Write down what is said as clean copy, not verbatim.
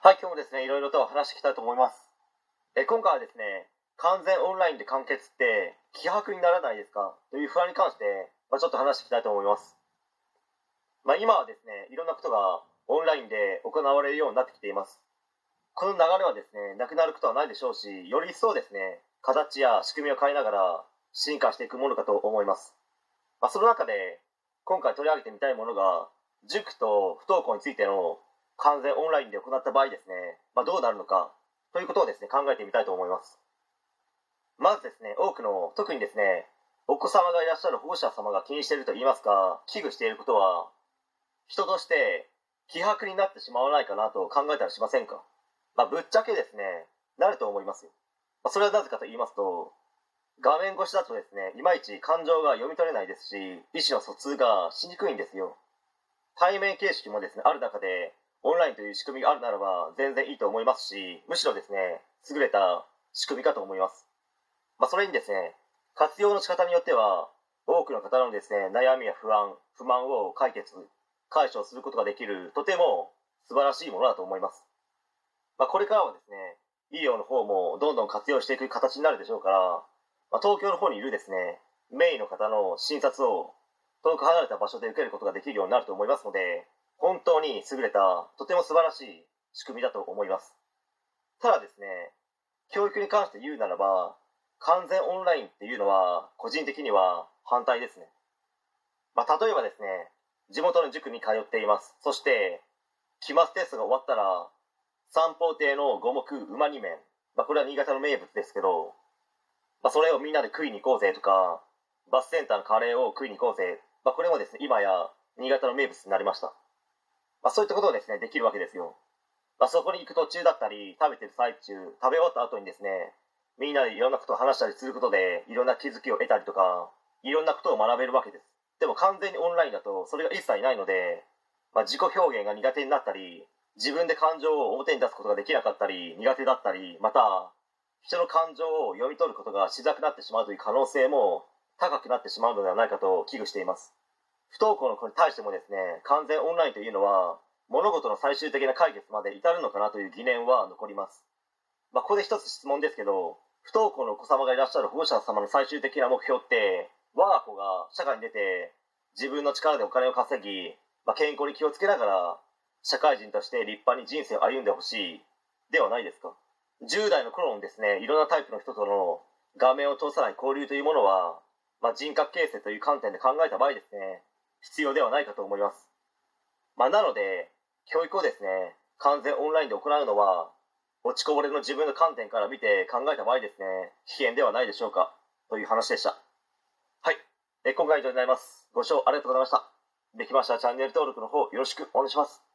はい、今日もですね、いろいろと話していきたいと思います。今回はですね、完全オンラインで完結って希薄にならないですかという不安に関して、ちょっと話していきたいと思います。今はですね、いろんなことがオンラインで行われるようになってきています。この流れはですね、なくなることはないでしょうし、より一層ですね、形や仕組みを変えながら進化していくものかと思います。その中で、今回取り上げてみたいものが、塾と不登校についての完全オンラインで行った場合ですね、どうなるのかということをですね、考えてみたいと思います。まずですね、多くの、特にですね、お子様がいらっしゃる保護者様が気にしていると言いますか、危惧していることは、人として希薄になってしまわないかなと考えたりしませんか？ぶっちゃけですね、なると思いますよ。それはなぜかと言いますと、画面越しだとですね、いまいち感情が読み取れないですし、意思の疎通がしにくいんですよ。対面形式もですね、ある中で、オンラインという仕組みがあるならば全然いいと思いますし、むしろですね、優れた仕組みかと思います。それにですね、活用の仕方によっては、多くの方のですね、悩みや不安、不満を解消することができる、とても素晴らしいものだと思います。これからはですね、医療の方もどんどん活用していく形になるでしょうから、東京の方にいるですね、名医の方の診察を遠く離れた場所で受けることができるようになると思いますので、本当に優れた、とても素晴らしい仕組みだと思います。ただですね、教育に関して言うならば、完全オンラインっていうのは、個人的には反対ですね。例えばですね、地元の塾に通っています。そして、期末テストが終わったら、三宝亭の五目馬煮麺、これは新潟の名物ですけど、それをみんなで食いに行こうぜとか、バスセンターのカレーを食いに行こうぜ、これもですね、今や新潟の名物になりました。そういったことをですね、できるわけですよ。そこに行く途中だったり、食べてる最中、食べ終わった後にですね、みんなでいろんなことを話したりすることで、いろんな気づきを得たりとか、いろんなことを学べるわけです。でも完全にオンラインだと、それが一切ないので、自己表現が苦手になったり、自分で感情を表に出すことができなかったり、苦手だったり、また、人の感情を読み取ることがしづらくなってしまうという可能性も高くなってしまうのではないかと危惧しています。不登校の子に対してもですね、完全オンラインというのは、物事の最終的な解決まで至るのかなという疑念は残ります。ここで一つ質問ですけど、不登校のお子様がいらっしゃる保護者様の最終的な目標って、我が子が社会に出て、自分の力でお金を稼ぎ、健康に気をつけながら、社会人として立派に人生を歩んでほしい、ではないですか。10代の頃のですね、いろんなタイプの人との画面を通さない交流というものは、人格形成という観点で考えた場合ですね、必要ではないかと思います。なので、教育をですね、完全オンラインで行うのは、落ちこぼれの自分の観点から見て考えた場合ですね、危険ではないでしょうか、という話でした。はい。今回は以上になります。ご視聴ありがとうございました。できましたらチャンネル登録の方よろしくお願いします。